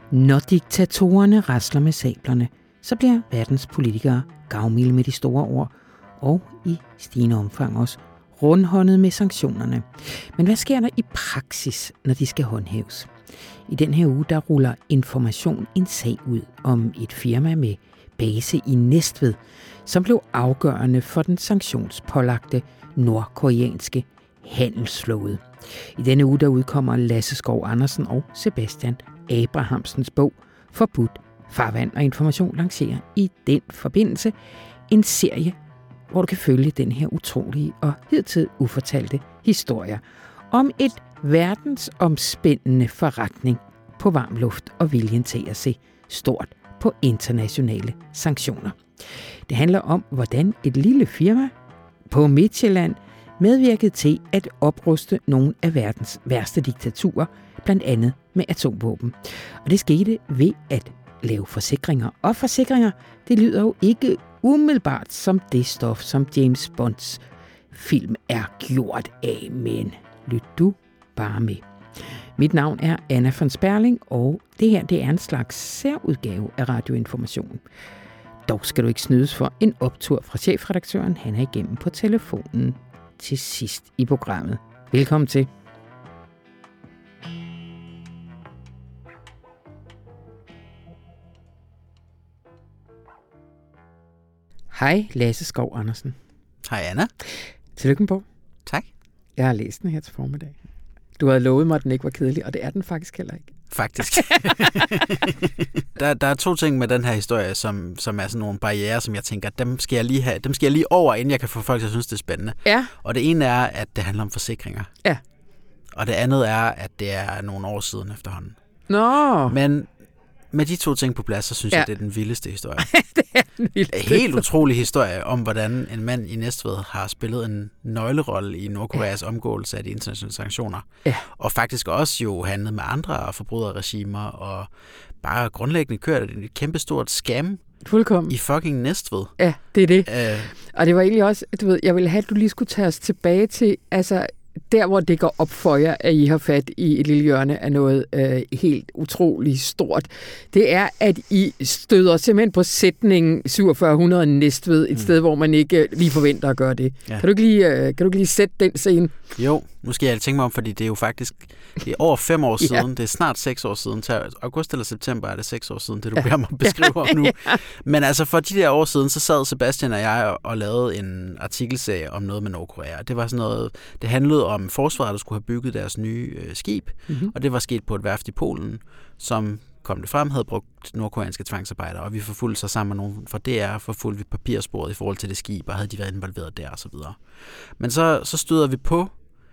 Når diktatorerne rasler med sablerne, så bliver verdens politikere gavmilde med de store ord, og i stigende omfang også rundhåndet med sanktionerne. Men hvad sker der i praksis, når de skal håndhæves? I den her uge, der ruller Information en sag ud om et firma med base i Næstved, som blev afgørende for den sanktionspålagte nordkoreanske handelsflåde. I denne uge, der udkommer Lasse Skov Andersen og Sebastian Abrahamsens bog Forbudt farvand, og Information lancerer i den forbindelse en serie, hvor du kan følge den her utrolige og hidtil ufortalte historie om et verdensomspændende forretning på varm luft og viljen til at se stort på internationale sanktioner. Det handler om, hvordan et lille firma på Midtjylland medvirkede til at opruste nogle af verdens værste diktaturer, blandt andet med atomvåben. Og det skete ved at lave forsikringer. Og forsikringer, det lyder jo ikke umiddelbart som det stof, som James Bonds film er gjort af, men lyt du bare med. Mit navn er Anna von Sperling, og det her det er en slags særudgave af Radioinformation. Dog skal du ikke snydes for en optur fra chefredaktøren. Han er igennem på telefonen til sidst i programmet. Velkommen til. Hej, Lasse Skov Andersen. Hej, Anna. Tillykke på. Tak. Jeg har læst den her til formiddag. Du havde lovet mig, at den ikke var kedelig, og det er den faktisk heller ikke. Faktisk. der er to ting med den her historie, som er sådan nogle barrierer, som jeg tænker, dem skal jeg lige over, inden jeg kan få folk til at synes, det er spændende. Ja. Og det ene er, at det handler om forsikringer. Ja. Og det andet er, at det er nogle år siden efterhånden. Nå. Men med de to ting på plads, så synes jeg, det er den vildeste historie. Det er den vildeste. Helt utrolig historie om, hvordan en mand i Næstved har spillet en nøglerolle i Nordkoreas omgåelse af de internationale sanktioner. Ja. Og faktisk også jo handlet med andre forbryderregimer, og bare grundlæggende kørt et kæmpestort scam. Fuldkommen. I fucking Næstved. Ja, det er det. Og det var egentlig også, du ved, jeg ville have, at du lige skulle tage os tilbage til, altså der, hvor det går op for jer, at I har fat i et lille hjørne af noget helt utroligt stort, det er, at I støder simpelthen på sætningen 4700 Næstved, et sted, hvor man ikke lige forventer at gøre det. Ja. Kan du ikke lige sætte den scene? Jo, nu skal jeg tænke mig om, fordi det er jo faktisk det er over 5 år siden, det er snart 6 år siden, til august eller september er det 6 år siden, det du beder mig at beskrive om nu. Men altså for de der år siden, så sad Sebastian og jeg og lavede en artikelserie om noget med Nordkorea. Det var sådan noget, det handlede om forsvaret, der skulle have bygget deres nye skib, og det var sket på et værft i Polen, som kom det frem, havde brugt nordkoreanske tvangsarbejdere, og vi forfulgte sig sammen med nogen fra DR, forfulgte vi papirsporet i forhold til det skib, og havde de været involveret der og så videre. Men så støder vi på,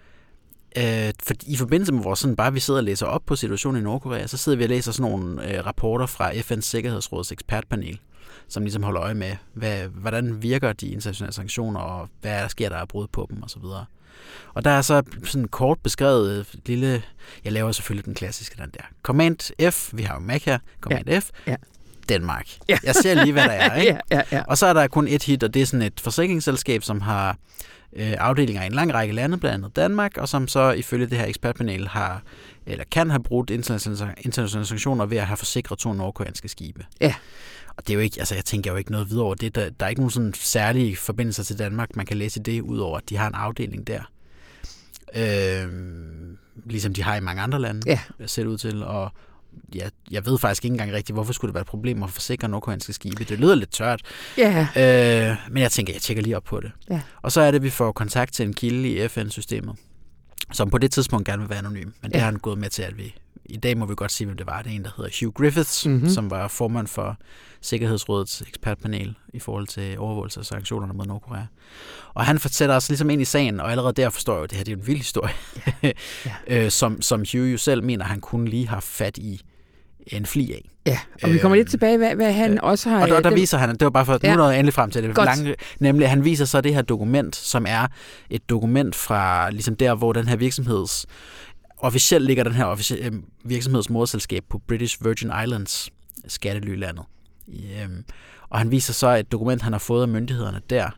i forbindelse med vores sådan bare vi sidder og læser op på situationen i Nordkorea, så sidder vi og læser sådan nogle rapporter fra FN's Sikkerhedsråds ekspertpanel, som ligesom holder øje med, hvordan virker de internationale sanktioner, og hvad der sker der af brud på dem og så videre. Og der er så sådan kort beskrevet lille, jeg laver selvfølgelig den klassiske, den der. Command F, vi har jo Mac her, Command F, Danmark. Ja. Jeg ser lige, hvad der er, ikke? Ja. Og så er der kun et hit, og det er sådan et forsikringsselskab, som har afdelinger i en lang række lande, blandt andet Danmark, og som så ifølge det her ekspertpanel kan have brugt internationale sanktioner ved at have forsikret 2 nordkoreanske skibe. Ja. Og det er jo ikke, altså jeg tænker jo ikke noget videre over det. Der er ikke nogen sådan særlige forbindelser til Danmark, man kan læse det, udover at de har en afdeling der. Ligesom de har i mange andre lande, ser det ud til. Og jeg ved faktisk ikke engang rigtigt, hvorfor skulle det være et problem at forsikre nordkoreanske skibe. Det lyder lidt tørt. Yeah. Men jeg tænker, jeg tjekker lige op på det. Yeah. Og så er det, at vi får kontakt til en kilde i FN-systemet, som på det tidspunkt gerne vil være anonym. Men det har han gået med til, at vi i dag må vi godt sige, hvem det var. Det er en, der hedder Hugh Griffiths, som var formand for Sikkerhedsrådets ekspertpanel i forhold til overvågelse af sanktionerne mod Nordkorea. Og han fortæller os ligesom ind i sagen, og allerede der forstår jeg jo, at det her det er en vild historie, som Hugh jo selv mener, han kunne lige have fat i en fli af. Ja, og vi kommer lidt tilbage, hvad han også har... Og der viser han, det var bare for, nu er endelig frem til det, nemlig han viser så det her dokument, som er et dokument fra ligesom der, hvor den her virksomheds... Officielt ligger den her virksomheds moderselskab på British Virgin Islands, skattelylandet. Og han viser så et dokument, han har fået af myndighederne der,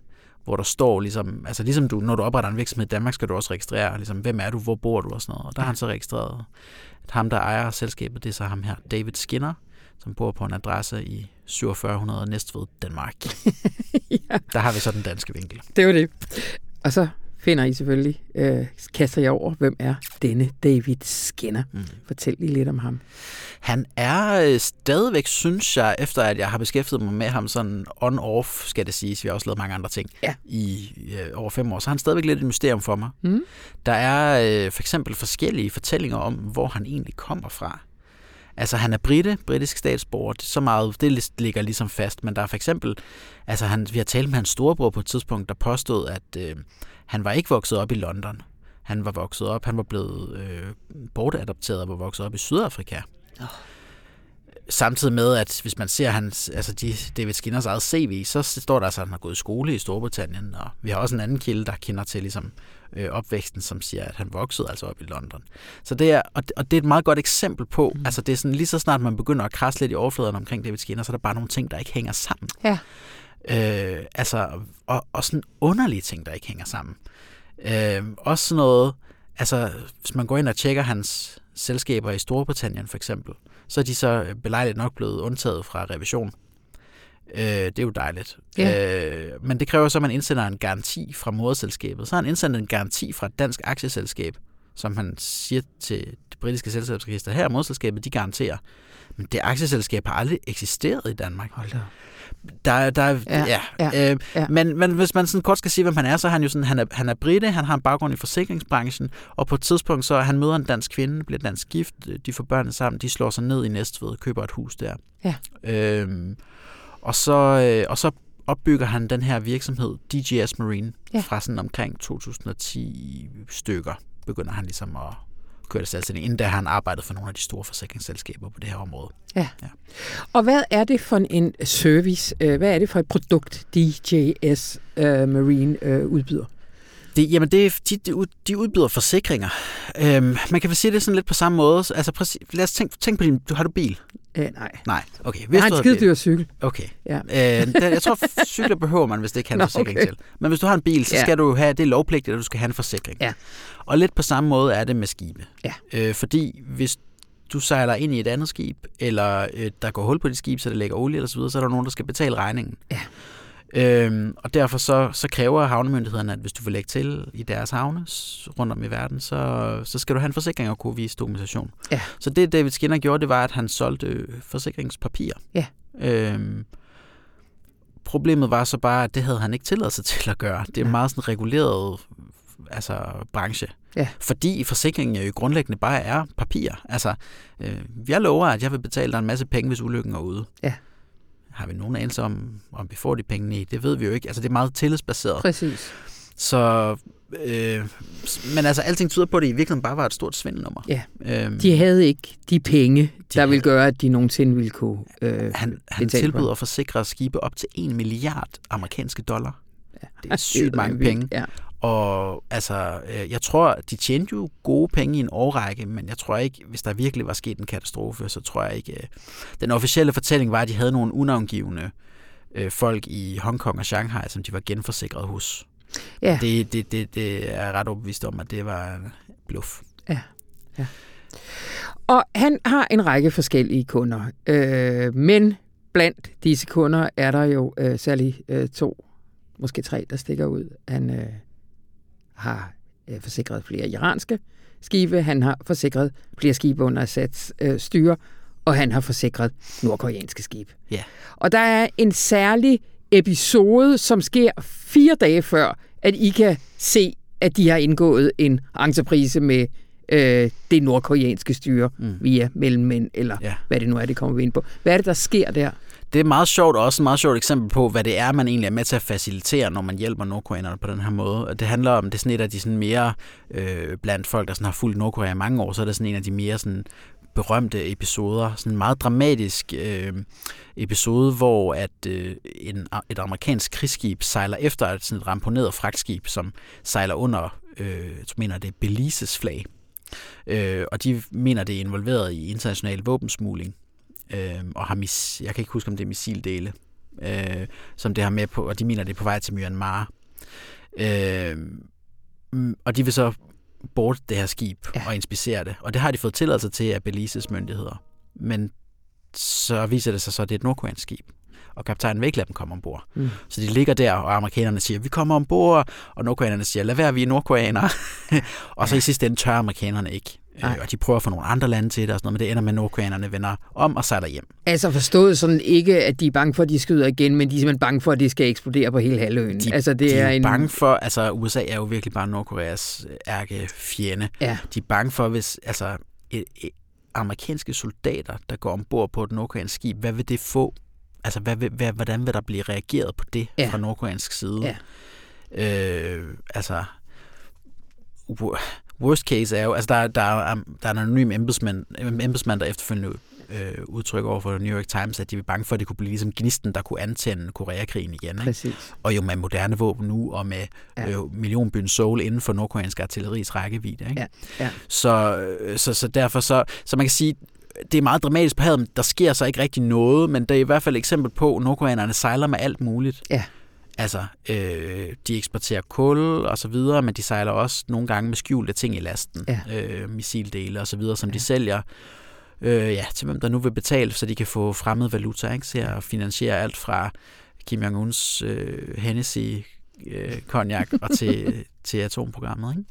hvor der står ligesom du, når du opretter en virksomhed i Danmark, skal du også registrere, ligesom, hvem er du, hvor bor du og sådan noget. Og der har han så registreret, at ham, der ejer selskabet, det er så ham her, David Skinner, som bor på en adresse i 4700 Næstved, Danmark. Ja. Der har vi så den danske vinkel. Det var det. Og så finder I selvfølgelig, kaster jeg over, hvem er denne David Skinner? Fortæl lige lidt om ham. Han er stadigvæk, synes jeg, efter at jeg har beskæftiget mig med ham sådan on-off, skal det siges, vi har også lavet mange andre ting i over 5 år, så er han stadigvæk lidt et mysterium for mig. Der er for eksempel forskellige fortællinger om, hvor han egentlig kommer fra. Altså, han er britisk statsborger, så meget, det ligger ligesom fast, men der er for eksempel, altså vi har talt med hans storebror på et tidspunkt, der påstod, at han var ikke vokset op i London. Han var blevet bortadopteret og var vokset op i Sydafrika. Samtidig med, at hvis man ser David Skinners eget CV, så står der altså, at han har gået i skole i Storbritannien, og vi har også en anden kilde, der kender til ligesom, opvæksten, som siger, at han voksede altså op i London. Så det er, og det er et meget godt eksempel på, altså det er sådan, lige så snart man begynder at krasse lidt i overfladen omkring David Skinner, så er der bare nogle ting, der ikke hænger sammen. Ja. Og sådan underlige ting, der ikke hænger sammen. Også sådan noget, altså hvis man går ind og tjekker hans selskaber i Storbritannien for eksempel, så er de så belejligt nok blevet undtaget fra revision. Det er jo dejligt. Ja. Men det kræver så, at man indsender en garanti fra moderselskabet. Så har han indsendt en garanti fra et dansk aktieselskab, som han siger til det britiske selskabsregister. Her moderselskabet, de garanterer. Men det aktieselskab har aldrig eksisteret i Danmark. Hold da. Men hvis man sådan kort skal sige, hvem han er, så er han jo sådan, han er brite, han har en baggrund i forsikringsbranchen, og på et tidspunkt så han møder en dansk kvinde, bliver dansk gift, de får børnene sammen, de slår sig ned i Næstved, køber et hus der. Ja. Og så opbygger han den her virksomhed, DGS Marine, fra sådan omkring 2010 stykker, begynder han ligesom at køre det selvstændigt, inden da han arbejdet for nogle af de store forsikringsselskaber på det her område. Ja. Og hvad er det for en service, hvad er det for et produkt, DGS Marine udbyder? De udbyder forsikringer. Man kan vel sige det sådan lidt på samme måde. Altså, lad os tænke på har du bil? Nej, okay. Jeg har en skide dyr cykel. Okay. Ja. Jeg tror, cykler behøver man, hvis det ikke har en forsikring til. Men hvis du har en bil, så skal du have, det er lovpligtigt, at du skal have en forsikring. Ja. Og lidt på samme måde er det med skibe. Ja. Fordi hvis du sejler ind i et andet skib, eller der går hul på dit skib, så det lægger olie eller så videre, så er der nogen, der skal betale regningen. Ja. Og derfor så kræver havnemyndighederne, at hvis du vil lægge til i deres havne rundt om i verden, så skal du have en forsikring og kunne vise dokumentation. Ja. Så det David Skinner gjorde, det var, at han solgte forsikringspapirer. Ja. Problemet var så bare, at det havde han ikke tilladelse til at gøre. Det er meget sådan reguleret branche. Ja. Fordi forsikringen jo grundlæggende bare er papir. Altså, jeg lover, at jeg vil betale dig en masse penge, hvis ulykken er ude. Ja. Har vi nogen anelse om vi får de penge i? Det ved vi jo ikke. Altså, det er meget tillidsbaseret. Præcis. Så, men altså, alting tyder på, at det i virkeligheden bare var et stort svindelnummer. Ja. De havde ikke de penge, der ville gøre, at de nogensinde ville kunne han tilbyder at forsikre skibe op til 1 milliard amerikanske dollar. Ja. Det er sygt mange penge. Ja. Og altså, jeg tror, de tjente jo gode penge i en årrække, men jeg tror ikke, hvis der virkelig var sket en katastrofe, så tror jeg ikke... Den officielle fortælling var, at de havde nogle unavngivne folk i Hongkong og Shanghai, som de var genforsikret hos. Ja. Det er ret overbevist om, at det var en bluff. Ja. Ja. Og han har en række forskellige kunder, men blandt disse kunder er der jo særligt 2, måske 3, der stikker ud. Han har forsikret flere iranske skibe, han har forsikret flere skibe under Assads styre, og han har forsikret nordkoreanske skibe. Yeah. Og der er en særlig episode, som sker 4 dage før, at I kan se, at de har indgået en entreprise med det nordkoreanske styre via mellemmænd, eller hvad det nu er, det kommer vi ind på. Hvad er det, der sker der? Det er meget sjovt, og også et meget sjovt eksempel på, hvad det er, man egentlig er med til at facilitere, når man hjælper nordkoreanerne på den her måde. Det handler om, det er sådan et af de sådan mere, blandt folk, der sådan har fulgt Nordkorea i mange år, så er det sådan en af de mere sådan berømte episoder. Sådan en meget dramatisk episode, hvor at et amerikansk krigsskib sejler efter sådan et ramponeret fragtskib, som sejler under, jeg mener det er Belize's flag. Og de mener, det er involveret i international våbensmugling. Og har jeg kan ikke huske, om det er missildele, som det har med på, og de mener, det er på vej til Myanmar. Og de vil så borte det her skib og inspicere det. Og det har de fået tilladelse til af Belize's myndigheder. Men så viser det sig så, at det er et nordkoreansk skib. Og kaptajnen vil ikke lade dem komme ombord. Så de ligger der, og amerikanerne siger, vi kommer ombord, og nordkoreanerne siger, lad være, vi er nordkoreanere. Og så i sidste ende tør amerikanerne ikke. Og de prøver at få nogle andre lande til det, og sådan noget, men det ender med, at nordkoreanerne vender om og sejler hjem. Altså forstået sådan ikke, at de er bange for, at de skyder igen, men de er simpelthen bange for, at det skal eksplodere på hele halvøen. De er bange for, altså USA er jo virkelig bare Nordkoreas ærkefjende. Ja. De er bange for, hvis amerikanske soldater, der går ombord på et nordkoreansk skib, hvad vil det få? Altså, hvordan vil der blive reageret på det fra nordkoreansk side? Ja. Worst case er jo, altså der er en anonym embedsmand, der efterfølgende udtrykker over for New York Times, at de er bange for, at det kunne blive ligesom gnisten, der kunne antænde Koreakrigen igen. Ikke? Og jo med moderne våben nu, og med millionbyen Seoul inden for nordkoreansk artilleris rækkevidde. Ikke? Ja. Så derfor så man kan sige, det er meget dramatisk på havet, men der sker så ikke rigtig noget, men det er i hvert fald et eksempel på, at nordkoreanerne sejler med alt muligt. Ja. Altså, de eksporterer kul og så videre, men de sejler også nogle gange med skjulte ting i lasten. Ja. Missildele og så videre, som de sælger til hvem der nu vil betale, så de kan få fremmed valuta, ikke? Så at finansiere alt fra Kim Jong-uns Hennessy cognac og til atomprogrammet, ikke?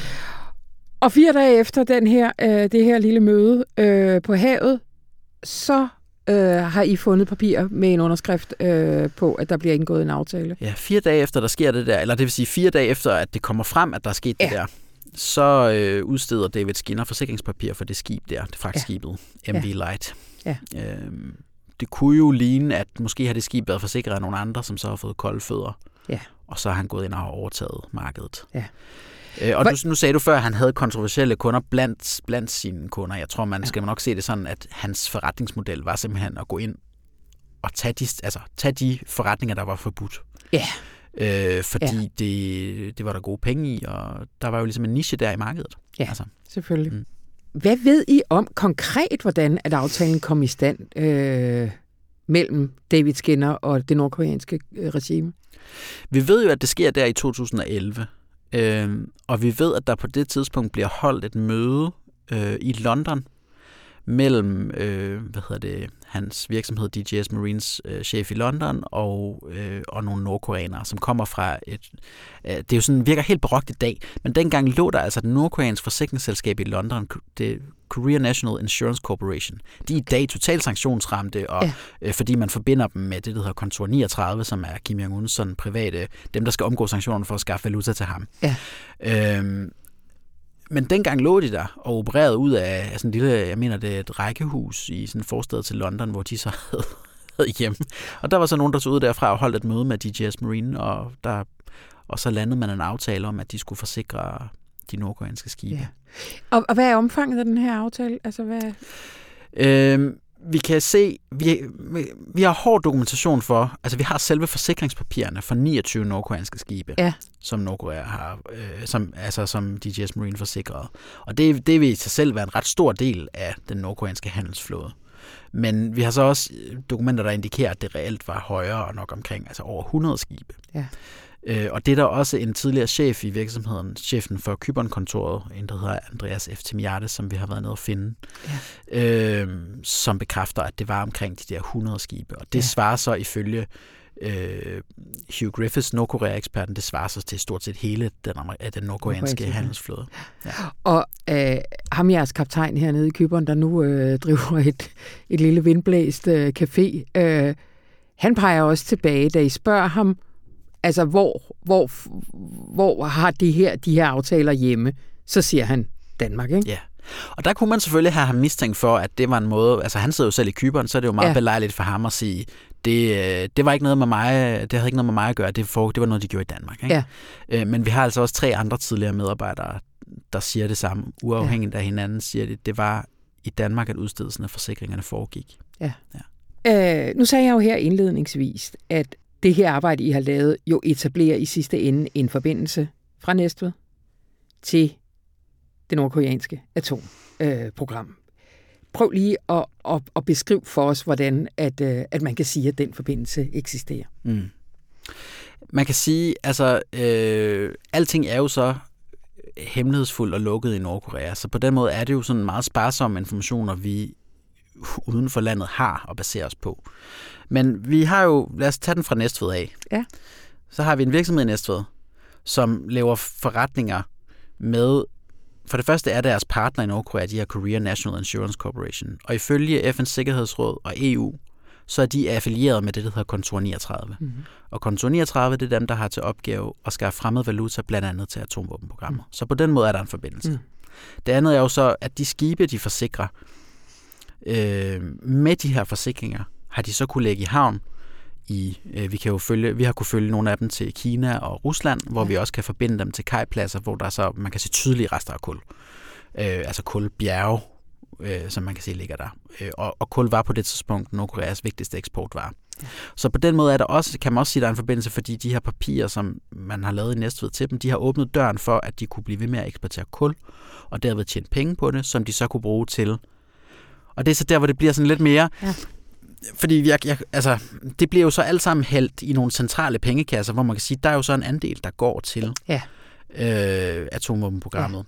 Og 4 dage efter det her lille møde på havet, så har I fundet papir med en underskrift på, at der bliver indgået en aftale. Ja, 4 dage efter, der sker det der, eller det vil sige 4 dage efter, at det kommer frem, at der er sket det der, så udsteder David Skinner forsikringspapir for det skib der, det fragtskibet, MV Light. Ja. Det kunne jo ligne, at måske har det skib været forsikret af nogle andre, som så har fået kolde fødder, og så har han gået ind og har overtaget markedet. Ja. Og nu sagde du før, at han havde kontroversielle kunder blandt sine kunder. Jeg tror, skal man nok se det sådan, at hans forretningsmodel var simpelthen at gå ind og tage de forretninger, der var forbudt. Ja. Fordi det var der gode penge i, og der var jo ligesom en niche der i markedet. Ja, selvfølgelig. Hvad ved I om konkret, hvordan at aftalen kom i stand mellem David Skinner og det nordkoreanske regime? Vi ved jo, at det sker der i 2011. Og vi ved, at der på det tidspunkt bliver holdt et møde i London mellem hans virksomhed DJS Marines chef i London og nogle nordkoreanere, som kommer fra det er jo sådan, virker helt barokt i dag, men dengang lå der altså et nordkoreansk forsikringsselskab i London, det Korea National Insurance Corporation. De er i dag totalt sanktionsramte, og fordi man forbinder dem med det, der hedder Kontor 39, som er Kim Jong-uns sådan private, dem der skal omgå sanktionerne for at skaffe valuta til ham. Ja. Men dengang lå de der og opererede ud af sådan en lille, jeg mener det er et rækkehus i sådan en forstad til London, hvor de så havde hjemme. Og der var så nogen, der tog ud derfra og holdt et møde med DJS Marine, og så landede man en aftale om, at de skulle forsikre de nordkoreanske skibe. Ja. Og hvad er omfanget af den her aftale? Altså hvad? Vi kan se, vi har hård dokumentation for, altså vi har selve forsikringspapirerne for 29 nordkoreanske skibe, som Nordkorea har, som DJS Marine forsikret. Og det vil i sig selv være en ret stor del af den nordkoreanske handelsflåde. Men vi har så også dokumenter, der indikerer, at det reelt var højere og nok omkring, altså over 100 skibe. Ja. Og det er der også en tidligere chef i virksomheden, chefen for Cypern-kontoret, en der hedder Andreas F. Timiades, som vi har været nede at finde, som bekræfter, at det var omkring de der 100 skibe. Og det svarer så ifølge Hugh Griffiths, Nordkorea-eksperten, det svarer så til stort set hele den nordkoreanske handelsflåde. Ja. Og ham jeres kaptajn hernede i Cypern, der nu driver et lille vindblæst café, han peger også tilbage, da I spørger ham, altså, hvor har de her aftaler hjemme? Så siger han Danmark, ikke? Ja. Og der kunne man selvfølgelig have ham mistænkt for, at det var en måde, altså han sidder jo selv i Cypern, så er det jo meget belejligt for ham at sige, det var ikke noget med mig, det havde ikke noget med mig at gøre, det var noget, de gjorde i Danmark, ikke? Ja. Men vi har altså også 3 andre tidligere medarbejdere, der siger det samme, uafhængigt af hinanden, siger det var i Danmark, at udstedelsen af forsikringerne foregik. Ja. Nu sagde jeg jo her indledningsvis, at det her arbejde, I har lavet, jo etablerer i sidste ende en forbindelse fra Næstved til det nordkoreanske atomprogram. Prøv lige at beskrive for os, hvordan at man kan sige, at den forbindelse eksisterer. Man kan sige, altså, alting er jo så hemmelighedsfuldt og lukket i Nordkorea, så på den måde er det jo sådan meget sparsomme informationer, vi uden for landet har at basere os på. Men vi har jo, lad os tage den fra Næstved af. Ja. Så har vi en virksomhed i Næstved, som laver forretninger med, for det første er deres partner i Nordkorea, de her Korea National Insurance Corporation. Og ifølge FN's Sikkerhedsråd og EU, så er de affilieret med det, der hedder Kontor 39. Mm-hmm. Og Kontor 39, det er dem, der har til opgave at skaffe fremmed valuta, blandt andet til atomvåbenprogrammer. Så på den måde er der en forbindelse. Mm. Det andet er jo så, at de skibe, de forsikrer, med de her forsikringer, har de så kunne lægge i havn. Vi har kunne følge nogle af dem til Kina og Rusland, hvor vi også kan forbinde dem til kajpladser, hvor der så, man kan se tydelige rester af kul. Altså kulbjerge, som man kan se ligger der. Og kul var på det tidspunkt Nordkoreas vigtigste eksportvare. Så på den måde er der også, kan man også sige, der er en forbindelse, fordi de her papirer, som man har lavet i Næstved til dem, de har åbnet døren for, at de kunne blive ved med at eksportere kul, og derved tjene penge på det, som de så kunne bruge til. Og det er så der, hvor det bliver sådan lidt mere... Ja. Fordi altså, det bliver jo så alt sammen hældt i nogle centrale pengekasser, hvor man kan sige, der er jo så en andel, der går til atomvåbenprogrammet.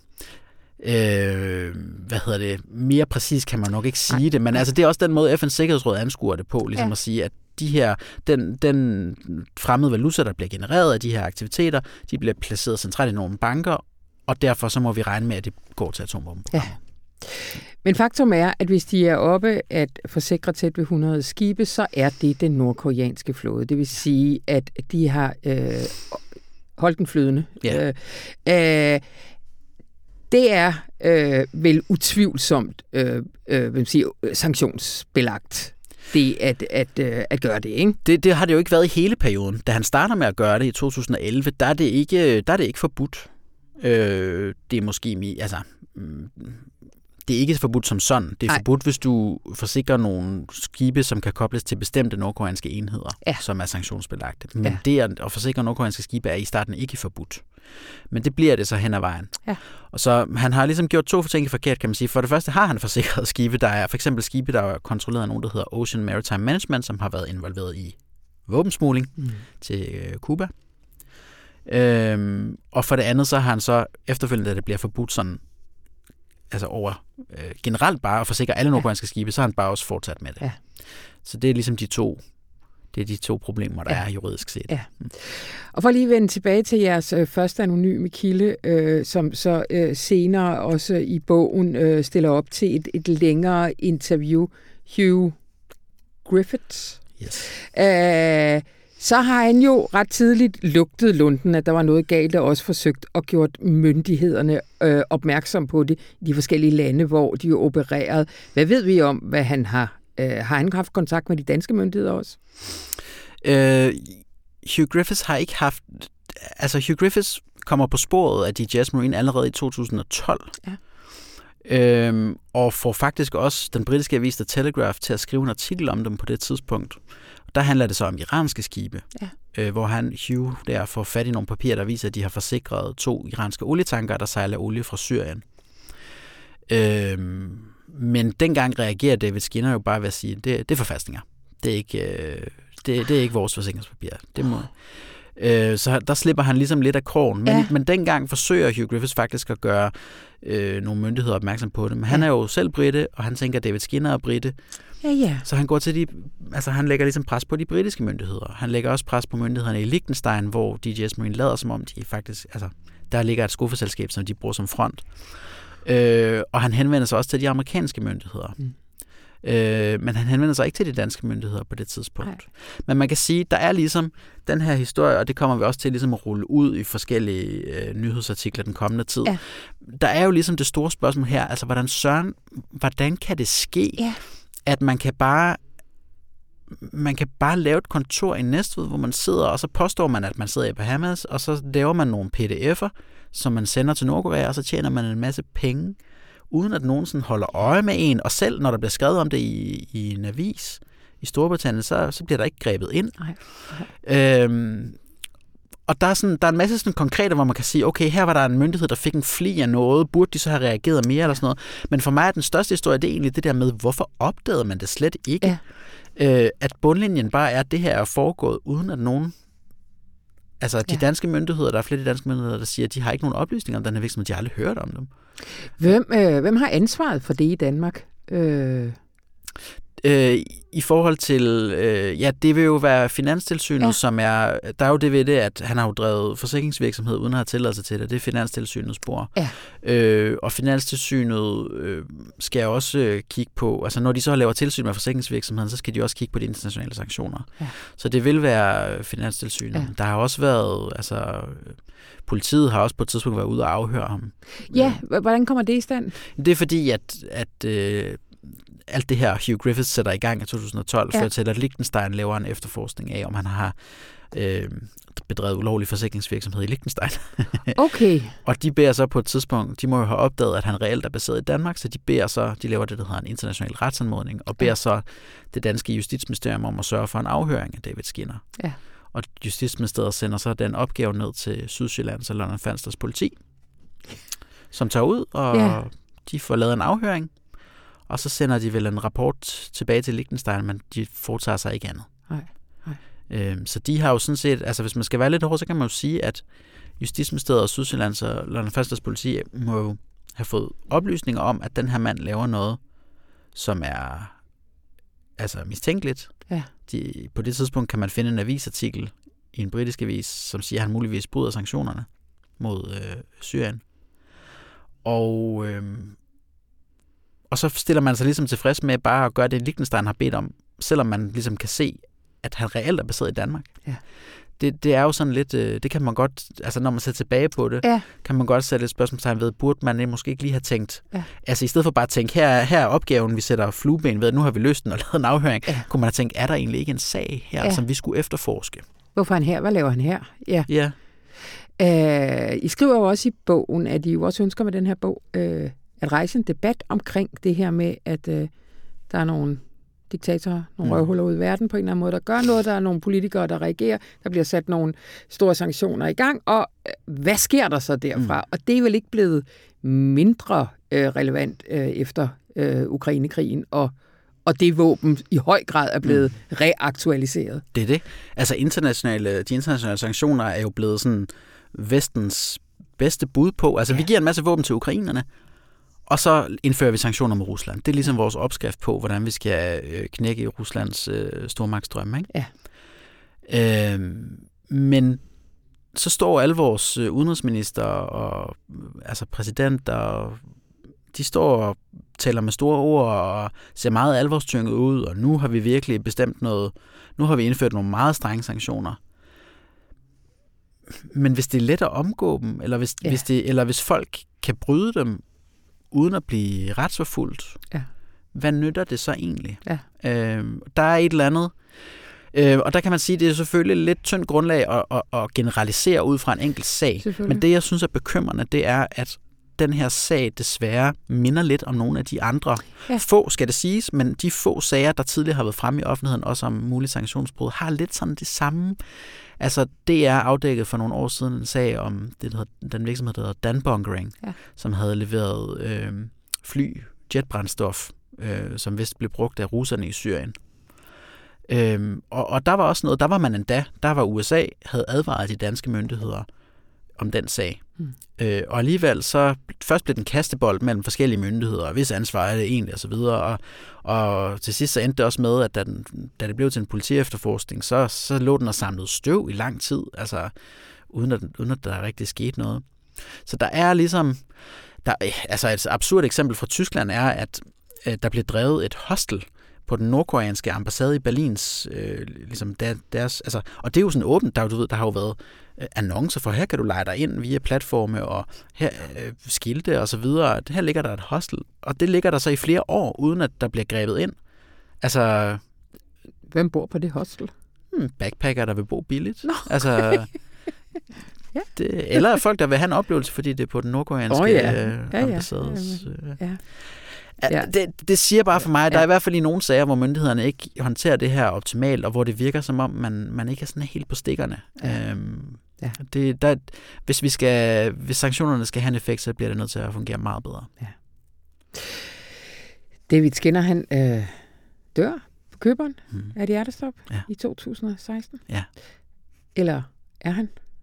Ja. Mere præcis kan man nok ikke sige det, men altså, det er også den måde, FN's Sikkerhedsråd anskuer det på, ligesom at sige, at den fremmede valuta, der bliver genereret af de her aktiviteter, de bliver placeret centralt i nogle banker, og derfor så må vi regne med, at det går til atomvåbenprogrammet. Ja. Men faktum er, at hvis de er oppe at forsikre tæt ved 100 skibe, så er det den nordkoreanske flåde. Det vil sige, at de har holdt den flydende. Ja. Det er vel utvivlsomt sanktionsbelagt. Det at gøre det, ikke? Det har det jo ikke været i hele perioden. Da han starter med at gøre det i 2011, der er det ikke forbudt. Det er måske det er ikke forbudt som sådan. Det er forbudt, hvis du forsikrer nogle skibe, som kan kobles til bestemte nordkoreanske enheder, som er sanktionsbelagte. Men det at forsikre nordkoreanske skibe er i starten ikke forbudt. Men det bliver det så hen ad vejen. Ja. Og så han har ligesom gjort 2 ting forkert, kan man sige. For det første har han forsikret skibe, der er for eksempel skibe, der er kontrolleret af nogen, der hedder Ocean Maritime Management, som har været involveret i våbensmugling til Cuba. Og for det andet, så har han så efterfølgende, da det bliver forbudt sådan, altså over generelt bare at forsikre alle nordkoreanske skibe, så har han bare også fortsat med det. Ja. Så det er ligesom de to problemer, der er juridisk set. Ja. Og for lige at vende tilbage til jeres første anonyme kilde, som så senere også i bogen stiller op til et længere interview, Hugh Griffiths. Yes. Så har han jo ret tidligt lugtet lunden, at der var noget galt, og også forsøgt at gjort myndighederne opmærksom på det i de forskellige lande, hvor de jo opererede. Hvad ved vi om, hvad han har? Har han haft kontakt med de danske myndigheder også? Hugh Griffiths har ikke haft... Altså, Hugh Griffiths kommer på sporet af DJS Marine allerede i 2012. Ja. Og får faktisk også den britiske avis The Telegraph til at skrive en artikel om dem på det tidspunkt. Der handler det så om iranske skibe, hvor Hugh der får fat i nogle papirer, der viser, at de har forsikret 2 iranske olietanker, der sejler olie fra Syrien. Men dengang reagerer David Skinner jo bare ved at sige, det er forfalskninger. Det er ikke vores forsikringspapir. Det må... Så der slipper han ligesom lidt af krogen. Men dengang forsøger Hugh Griffiths faktisk at gøre nogle myndigheder opmærksom på det. Men han er jo selv brite, og han tænker, at David Skinner er brite. Ja. Så han går til han lægger ligesom pres på de britiske myndigheder. Han lægger også pres på myndighederne i Liechtenstein, hvor DJS Marine lader som om de faktisk... Altså, der ligger et skuffeselskab, som de bruger som front. Og han henvender sig også til de amerikanske myndigheder. Men han henvender sig ikke til de danske myndigheder på det tidspunkt. Nej. Men man kan sige, der er ligesom den her historie, og det kommer vi også til ligesom at rulle ud i forskellige nyhedsartikler den kommende tid. Ja. Der er jo ligesom det store spørgsmål her, altså hvordan kan det ske, at man kan bare lave et kontor i Næstved, hvor man sidder, og så påstår man, at man sidder i Bahamas, og så laver man nogle pdf'er, som man sender til Nordkorea, og så tjener man en masse penge, uden at nogen sådan holder øje med en, og selv når der bliver skrevet om det i en avis i Storbritannien, så bliver der ikke grebet ind. Nej. Og der er en masse sådan konkrete, hvor man kan sige, okay, her var der en myndighed, der fik en fli af noget, burde de så have reageret mere eller sådan noget. Men for mig er den største historie, det er egentlig det der med, hvorfor opdagede man det slet ikke? At bundlinjen bare er, at det her er foregået, uden at nogen Altså de danske myndigheder, der er flere af de danske myndigheder, der siger, at de har ikke nogen oplysninger om den her virksomhed, de har aldrig hørt om dem. Hvem har ansvaret for det i Danmark? I forhold til, det vil jo være Finanstilsynet, som er, der er jo det ved det, at han har jo drevet forsikringsvirksomhed uden at have tilladelse til det. Det er Finanstilsynets spor. Ja. Og Finanstilsynet skal også kigge på, altså når de så laver tilsyn med forsikringsvirksomheden, så skal de også kigge på de internationale sanktioner. Ja. Så det vil være Finanstilsynet. Ja. Der har også været, altså politiet har også på et tidspunkt været ude og afhøre ham. Ja, hvordan kommer det i stand? Det er fordi, at alt det her Hugh Griffiths sætter i gang i 2012, fører til, at Liechtenstein laver en efterforskning af, om han har bedrevet ulovlig forsikringsvirksomhed i Liechtenstein. Okay. Og de beder så på et tidspunkt, de må jo have opdaget, at han reelt er baseret i Danmark, så de laver det, der hedder en international retsanmodning, og beder så det danske justitsministerium om at sørge for en afhøring af David Skinner. Ja. Og Justitsministeriet sender så den opgave ned til Sydsjællands og Lolland-Falsters politi, som tager ud, og de får lavet en afhøring. Og så sender de vel en rapport tilbage til Liechtenstein, men de foretager sig ikke andet. Nej. Så de har jo sådan set, altså hvis man skal være lidt hård, så kan man jo sige, at Justitsministeriet og Sydsjællands og Lolland-Falsters politi må jo have fået oplysninger om, at den her mand laver noget, som er altså mistænkeligt. Ja. På det tidspunkt kan man finde en avisartikel i en britisk avis, som siger, at han muligvis bryder sanktionerne mod Syrien. Og så stiller man sig ligesom tilfreds med bare at gøre det, Liechtenstein har bedt om, selvom man ligesom kan se, at han reelt er baseret i Danmark. Ja. Det er jo sådan lidt, det kan man godt, altså når man ser tilbage på det, kan man godt sætte et spørgsmålstegn ved, burde man måske ikke lige have tænkt, altså i stedet for bare at tænke, her er opgaven, vi sætter flueben ved, nu har vi løst den og lavet en afhøring, kunne man have tænkt, er der egentlig ikke en sag her, som vi skulle efterforske? Hvorfor han her? Hvad laver han her? Ja. I skriver jo også i bogen, at I jo også ønsker med den her bog, at rejse en debat omkring det her med, at der er nogle diktatorer, nogle røvhuller ude i verden på en eller anden måde, der gør noget, der er nogle politikere, der reagerer, der bliver sat nogle store sanktioner i gang, og hvad sker der så derfra? Og det er vel ikke blevet mindre relevant efter Ukrainekrigen, og det våben i høj grad er blevet reaktualiseret. Det er det. Altså de internationale sanktioner er jo blevet sådan vestens bedste bud på. Altså vi giver en masse våben til ukrainerne, og så indfører vi sanktioner mod Rusland. Det er ligesom vores opskrift på, hvordan vi skal knække Ruslands stormagtsdrømme. Ikke? Ja. Men så står alle vores udenrigsminister og altså præsidenter, de står og taler med store ord og ser meget alvorstynget ud, og nu har vi virkelig bestemt noget. Nu har vi indført nogle meget strenge sanktioner. Men hvis det er let at omgå dem, eller hvis folk kan bryde dem, uden at blive retsforfulgt, hvad nytter det så egentlig? Ja. Der er et eller andet, og der kan man sige, at det er selvfølgelig lidt tyndt grundlag at generalisere ud fra en enkelt sag. Men det, jeg synes er bekymrende, det er, at den her sag desværre minder lidt om nogle af de andre. Få, skal det siges, men de få sager, der tidligere har været fremme i offentligheden, også om mulige sanktionsbrud, har lidt sådan det samme. Altså, det er afdækket for nogle år siden en sag om den virksomhed, der hedder Danbunkering, som havde leveret jetbrændstof, som vist blev brugt af russerne i Syrien. Og der var også noget, der var USA, havde advaret de danske myndigheder om den sag. Og alligevel så først blev den kastebold mellem forskellige myndigheder, og hvis ansvar er det egentlig, og så videre. Og til sidst så endte det også med, at da det blev til en politiefterforskning, så lå den og samlede støv i lang tid, altså uden at der rigtig skete noget. Så der er ligesom, altså et absurd eksempel fra Tyskland er, at der blev drevet et hostel på den nordkoreanske ambassade i Berlins, ligesom deres, altså, og det er jo sådan åbent, der har jo været annoncer for, her kan du lege dig ind via platforme, og her skilte og så videre. Her ligger der et hostel, og det ligger der så i flere år, uden at der bliver grebet ind. Altså, hvem bor på det hostel? Backpacker, der vil bo billigt. Nå. Altså, eller folk, der vil have en oplevelse, fordi det er på den nordkoreanske ambassades. Det siger bare for mig, at der er i hvert fald i nogle sager, hvor myndighederne ikke håndterer det her optimalt, og hvor det virker som om, man ikke er sådan helt på stikkerne. Hvis sanktionerne skal have en effekt, så bliver det nødt til at fungere meget bedre. Ja. David Skinner, han dør på Køberen af et hjertestop i 2016. Ja. Eller er han?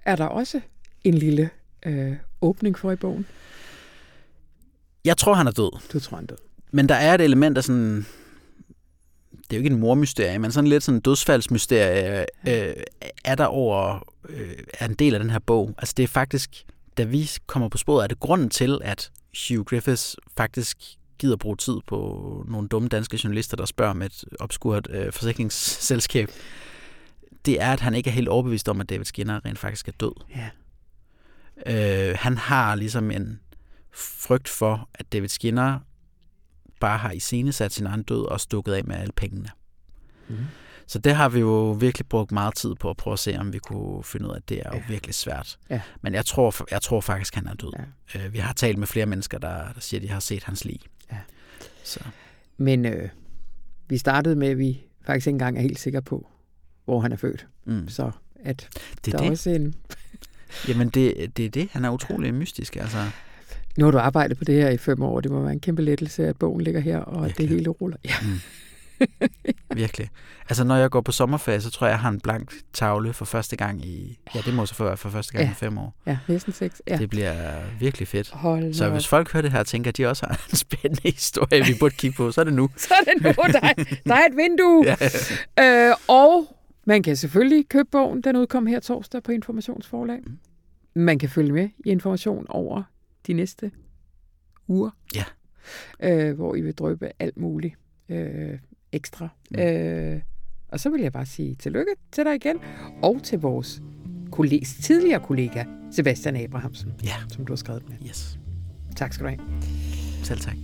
er der også en lille åbning for i bogen? Jeg tror, han er død. Du tror, han er død. Men der er et element af sådan... Det er jo ikke en mormysterie, men sådan lidt sådan en dødsfaldsmysterie er der over er en del af den her bog. Altså det er faktisk, da vi kommer på sporet, er det grunden til, at Hugh Griffiths faktisk gider bruge tid på nogle dumme danske journalister, der spørger om et obskurt forsikringsselskab. Det er, at han ikke er helt overbevist om, at David Skinner rent faktisk er død. Ja. Han har ligesom en frygt for, at David Skinner bare har iscenesat sin egen død og stukket af med alle pengene. Mm. Så det har vi jo virkelig brugt meget tid på at prøve at se, om vi kunne finde ud af, at det er jo virkelig svært. Ja. Men jeg tror faktisk, han er død. Ja. Vi har talt med flere mennesker, der siger, at de har set hans lig. Ja. Så. Men vi startede med, at vi faktisk ikke engang er helt sikre på, hvor han er født. Mm. Så at det der er også en... Jamen, det er det. Han er utrolig mystisk, altså. Nu har du arbejdet på det her i 5 år. Det må være en kæmpe lettelse, at bogen ligger her, og virkelig. Det hele ruller. Ja. Mm. Virkelig. Altså, når jeg går på sommerferie, så tror jeg har en blank tavle for første gang i... Ja, det må så være for første gang i 5 år. Ja, næsten 6. Ja. Det bliver virkelig fedt. Så hvis folk hører det her og tænker, at de også har en spændende historie, vi burde kigge på, så er det nu. Så er det nu. Der er et vindue. Ja. Og man kan selvfølgelig købe bogen. Den udkom her torsdag på Informationsforlag. Mm. Man kan følge med i Information over de næste uger. Ja. Hvor I vil drøbe alt muligt ekstra. Mm. Og så vil jeg bare sige tillykke til dig igen, og til vores tidligere kollega, Sebastian Abrahamsen, som du har skrevet med. Yes. Tak skal du have. Selv tak.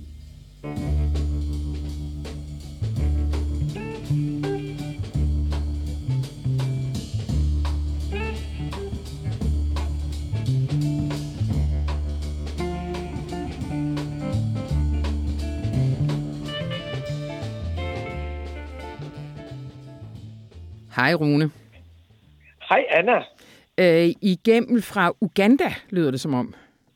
Hej Rune. Hej Anna. Igennem fra Uganda, lyder det som om.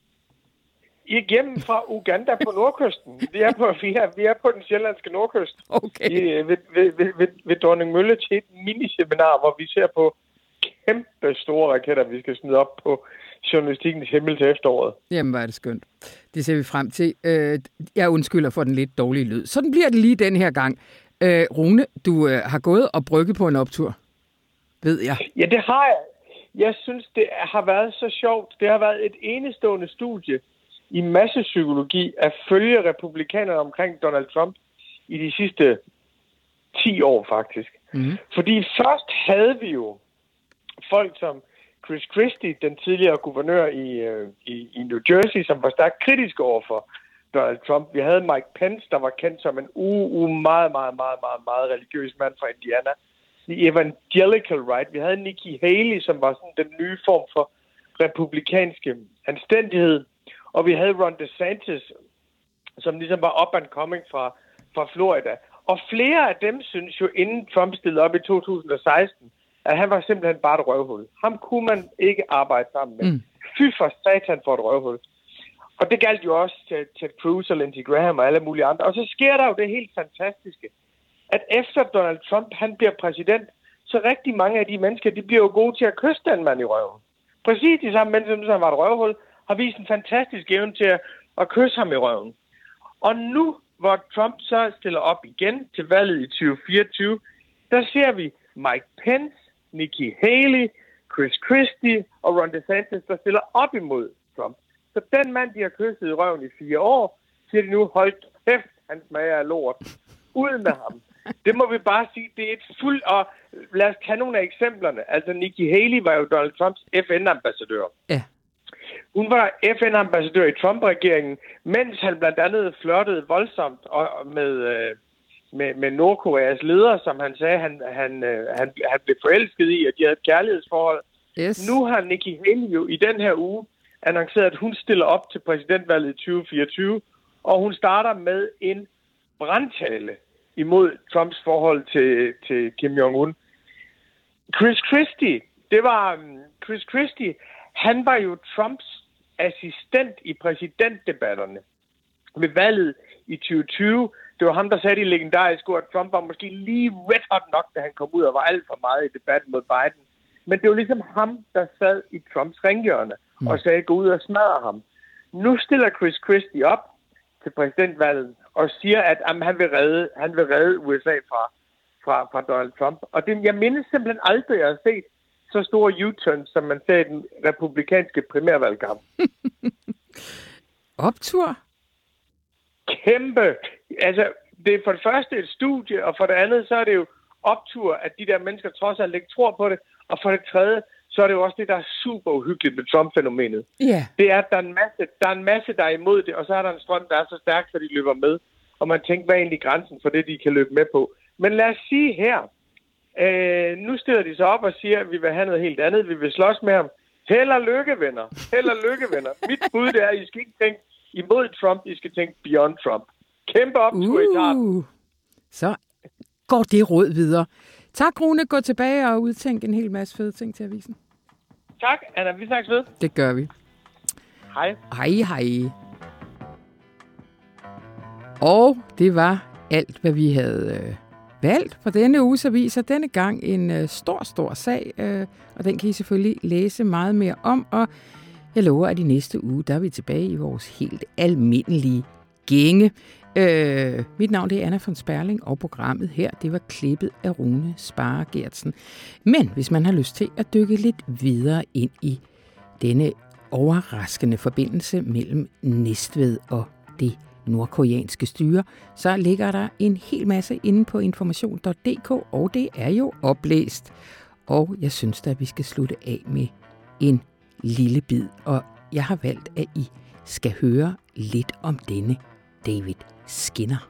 Igennem fra Uganda på nordkysten. Vi er på den sjællandske nordkyst. Okay. Ved Dronningmølle til et miniseminar, hvor vi ser på kæmpe store raketter, vi skal smide op på journalistikkens himmel til efteråret. Jamen, hvor er det skønt. Det ser vi frem til. Jeg undskylder for den lidt dårlige lyd. Sådan bliver det lige den her gang. Rune, du har gået og brygget på en optur, ved jeg. Ja, det har jeg. Jeg synes, det har været så sjovt. Det har været et enestående studie i massepsykologi at følge republikanerne omkring Donald Trump i de sidste 10 år faktisk. Mm-hmm. Fordi først havde vi jo folk som Chris Christie, den tidligere guvernør i New Jersey, som var stærkt kritisk overfor Donald Trump. Vi havde Mike Pence, der var kendt som en meget religiøs mand fra Indiana. The evangelical right. Vi havde Nikki Haley, som var sådan den nye form for republikanske anstændighed. Og vi havde Ron DeSantis, som ligesom var up and coming fra Florida. Og flere af dem synes jo, inden Trump stillede op i 2016, at han var simpelthen bare et røvhul. Ham kunne man ikke arbejde sammen med. Fy for satan for et røvhul. Og det galt jo også til Ted Cruz og Lindsey Graham og alle mulige andre. Og så sker der jo det helt fantastiske, at efter Donald Trump han bliver præsident, så rigtig mange af de mennesker, de bliver jo gode til at kysse den mand i røven. Præcis de samme mennesker, som var et røvhul, har vist en fantastisk evne til at kysse ham i røven. Og nu, hvor Trump så stiller op igen til valget i 2024, der ser vi Mike Pence, Nikki Haley, Chris Christie og Ron DeSantis, der stiller op imod Trump. Så den mand, de har kysset i røven i 4 år, siger de nu, hold kæft, han smager af lort. Ud med ham. Det må vi bare sige, det er et fuldt... Og lad os tage nogle af eksemplerne. Altså, Nikki Haley var jo Donald Trumps FN-ambassadør. Ja. Hun var FN-ambassadør i Trump-regeringen, mens han blandt andet flirtede voldsomt med Nordkoreas leder, som han sagde, han blev forelsket i, at de havde et kærlighedsforhold. Yes. Nu har Nikki Haley jo i den her uge annonceret, at hun stiller op til præsidentvalget i 2024, og hun starter med en brandtale imod Trumps forhold til Kim Jong-un. Chris Christie, han var jo Trumps assistent i præsidentdebatterne ved valget i 2020. Det var ham, der sagde de legendariske ord, at Trump var måske lige red hot nok, da han kom ud og var alt for meget i debatten mod Biden. Men det var ligesom ham, der sad i Trumps ringhjørne og sagde, gå ud og smadre ham. Nu stiller Chris Christie op til præsidentvalget og siger, at han vil redde USA fra Donald Trump. Og det, jeg mindes simpelthen aldrig, at have set så store U-turns, som man ser i den republikanske primærvalgkamp. Optur? Kæmpe. Altså, det er for det første et studie, og for det andet, så er det jo optur, at de der mennesker trods alt ikke tror på det. Og for det tredje, så er det jo også det, der er super uhyggeligt med Trump-fænomenet. Yeah. Det er, at der er en masse, der er imod det, og så er der en strøm, der er så stærk, så de løber med. Og man tænker, hvad er egentlig grænsen for det, de kan løbe med på? Men lad os sige her, nu stiller de sig op og siger, at vi vil have noget helt andet. Vi vil slås med ham. Held og lykke, venner. Held og lykke, venner. Mit bud det er, at I skal ikke tænke imod Trump, I skal tænke beyond Trump. Kæmpe optur i starten. Så går det råd videre. Tak, Rune. Gå tilbage og udtænk en hel masse fede ting til avisen. Tak, Anna. Vi snakkes ved. Det gør vi. Hej. Hej. Og det var alt, hvad vi havde valgt for denne uges aviser. Denne gang en stor sag, og den kan I selvfølgelig læse meget mere om. Og jeg lover, at i næste uge, der er vi tilbage i vores helt almindelige gænge. Mit navn det er Anna von Sperling, og programmet her, det var klippet af Rune Sparre Gertsen. Men hvis man har lyst til at dykke lidt videre ind i denne overraskende forbindelse mellem Næstved og det nordkoreanske styre, så ligger der en hel masse inde på information.dk, og det er jo oplæst. Og jeg synes da, at vi skal slutte af med en lille bid, og jeg har valgt, at I skal høre lidt om denne David Skinner.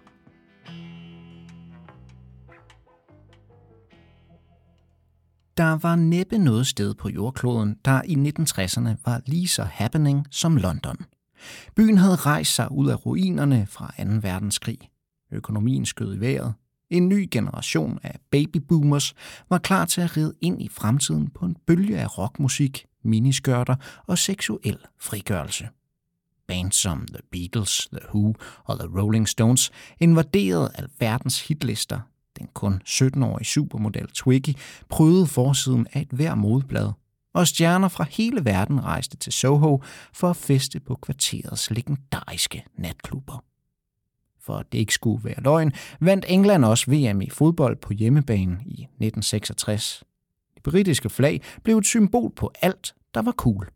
Der var næppe noget sted på jordkloden, der i 1960'erne var lige så happening som London. Byen havde rejst sig ud af ruinerne fra 2. verdenskrig. Økonomien skød i vejret. En ny generation af babyboomers var klar til at ride ind i fremtiden på en bølge af rockmusik, miniskørter og seksuel frigørelse. Bands som The Beatles, The Who og The Rolling Stones invaderede alverdens hitlister. Den kun 17-årige supermodel Twiggy prøvede forsiden af et hver modeblad, og stjerner fra hele verden rejste til Soho for at feste på kvarterets legendariske natklubber. For at det ikke skulle være løgn, vandt England også VM i fodbold på hjemmebane i 1966. Det britiske flag blev et symbol på alt, der var cool.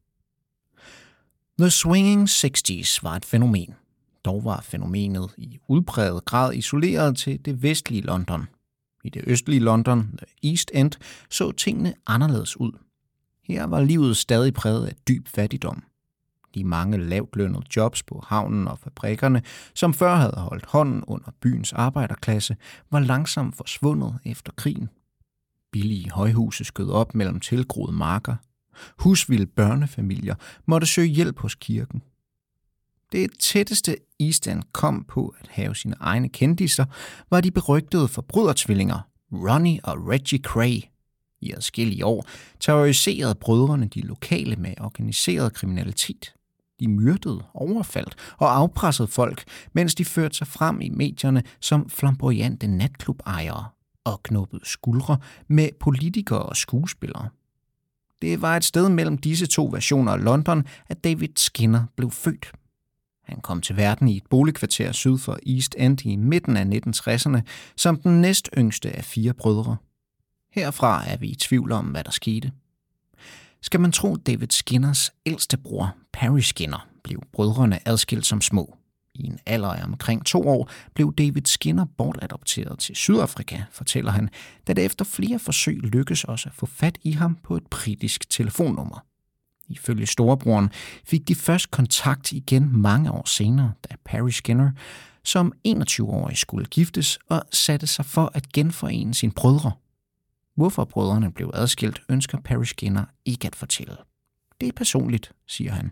The Swinging Sixties var et fænomen. Dog var fænomenet i udpræget grad isoleret til det vestlige London. I det østlige London, The East End, så tingene anderledes ud. Her var livet stadig præget af dyb fattigdom. De mange lavtlønnede jobs på havnen og fabrikkerne, som før havde holdt hånden under byens arbejderklasse, var langsomt forsvundet efter krigen. Billige højhuse skød op mellem tilgroede marker. Husvilde børnefamilier måtte søge hjælp hos kirken. Det tætteste East End kom på at have sine egne kendisser, var de berygtede forbrydertvillinger Ronnie og Reggie Kray. I adskillige år terroriserede brødrene de lokale med organiseret kriminalitet. De myrdede, overfaldt og afpressede folk, mens de førte sig frem i medierne som flamboyante natklubejere og knuppede skuldre med politikere og skuespillere. Det var et sted mellem disse to versioner af London, at David Skinner blev født. Han kom til verden i et boligkvarter syd for East End i midten af 1960'erne som den næstyngste af 4 brødre. Herfra er vi i tvivl om, hvad der skete. Skal man tro David Skinners ældste bror, Perry Skinner, blev brødrene adskilt som små. I en alder af omkring 2 år blev David Skinner bortadopteret til Sydafrika, fortæller han, da det efter flere forsøg lykkes også at få fat i ham på et britisk telefonnummer. Ifølge storebroren fik de først kontakt igen mange år senere, da Perry Skinner som 21-årig skulle giftes og satte sig for at genforene sine brødre. Hvorfor brødrene blev adskilt, ønsker Perry Skinner ikke at fortælle. Det er personligt, siger han.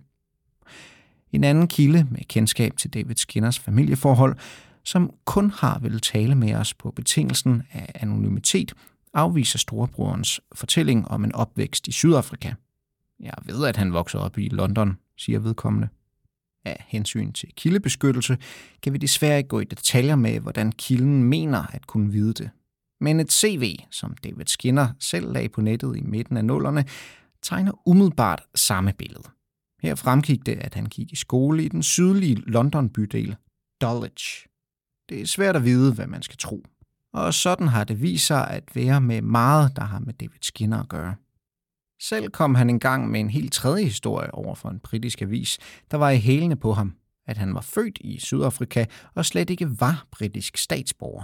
En anden kilde med kendskab til David Skinners familieforhold, som kun har ville tale med os på betingelsen af anonymitet, afviser storebrorens fortælling om en opvækst i Sydafrika. Jeg ved, at han voksede op i London, siger vedkommende. Af hensyn til kildebeskyttelse kan vi desværre ikke gå i detaljer med, hvordan kilden mener at kunne vide det. Men et CV, som David Skinner selv lagde på nettet i midten af 00'erne, tegner umiddelbart samme billede. Her fremgik det, at han gik i skole i den sydlige London-bydel Dulwich. Det er svært at vide, hvad man skal tro. Og sådan har det vist sig at være med meget, der har med David Skinner at gøre. Selv kom han engang med en helt tredje historie over for en britisk avis, der var i hælene på ham, at han var født i Sydafrika og slet ikke var britisk statsborger.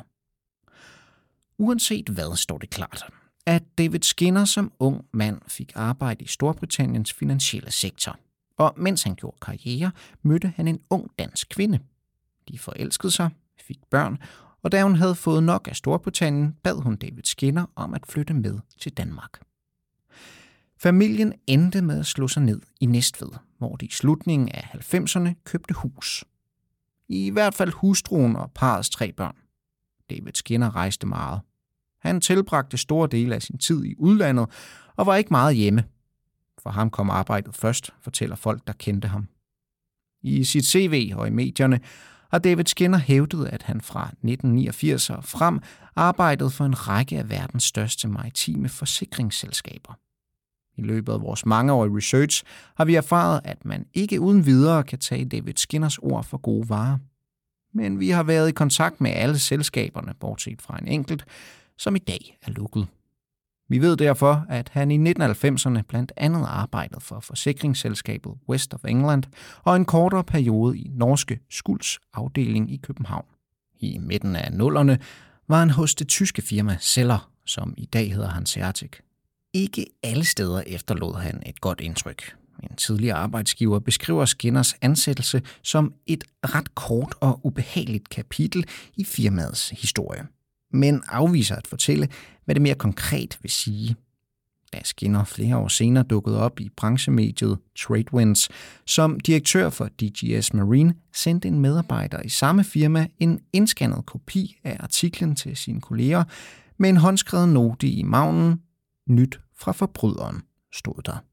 Uanset hvad står det klart, at David Skinner som ung mand fik arbejde i Storbritanniens finansielle sektor. Og mens han gjorde karriere, mødte han en ung dansk kvinde. De forelskede sig, fik børn, og da hun havde fået nok af Storbritannien, bad hun David Skinner om at flytte med til Danmark. Familien endte med at slå sig ned i Næstved, hvor de i slutningen af 90'erne købte hus. I hvert fald hustruen og parrets 3 børn. David Skinner rejste meget. Han tilbragte store dele af sin tid i udlandet og var ikke meget hjemme. For ham kom arbejdet først, fortæller folk, der kendte ham. I sit CV og i medierne har David Skinner hævdet, at han fra 1989 og frem arbejdede for en række af verdens største maritime forsikringsselskaber. I løbet af vores mangeårige research har vi erfaret, at man ikke uden videre kan tage David Skinners ord for gode varer. Men vi har været i kontakt med alle selskaberne, bortset fra en enkelt, som i dag er lukket. Vi ved derfor, at han i 1990'erne blandt andet arbejdede for forsikringsselskabet West of England og en kortere periode i norske Skulds afdeling i København. I midten af 00'erne var han hos det tyske firma Zeller, som i dag hedder Hanseatic. Ikke alle steder efterlod han et godt indtryk. En tidligere arbejdsgiver beskriver Skinners ansættelse som et ret kort og ubehageligt kapitel i firmaets historie, men afviser at fortælle, hvad det mere konkret vil sige. Da Skinner flere år senere dukkede op i branchemediet Tradewinds som direktør for DGS Marine, sendte en medarbejder i samme firma en indscannet kopi af artiklen til sine kolleger med en håndskrevet note i marginen. Nyt fra forbryderen, stod der.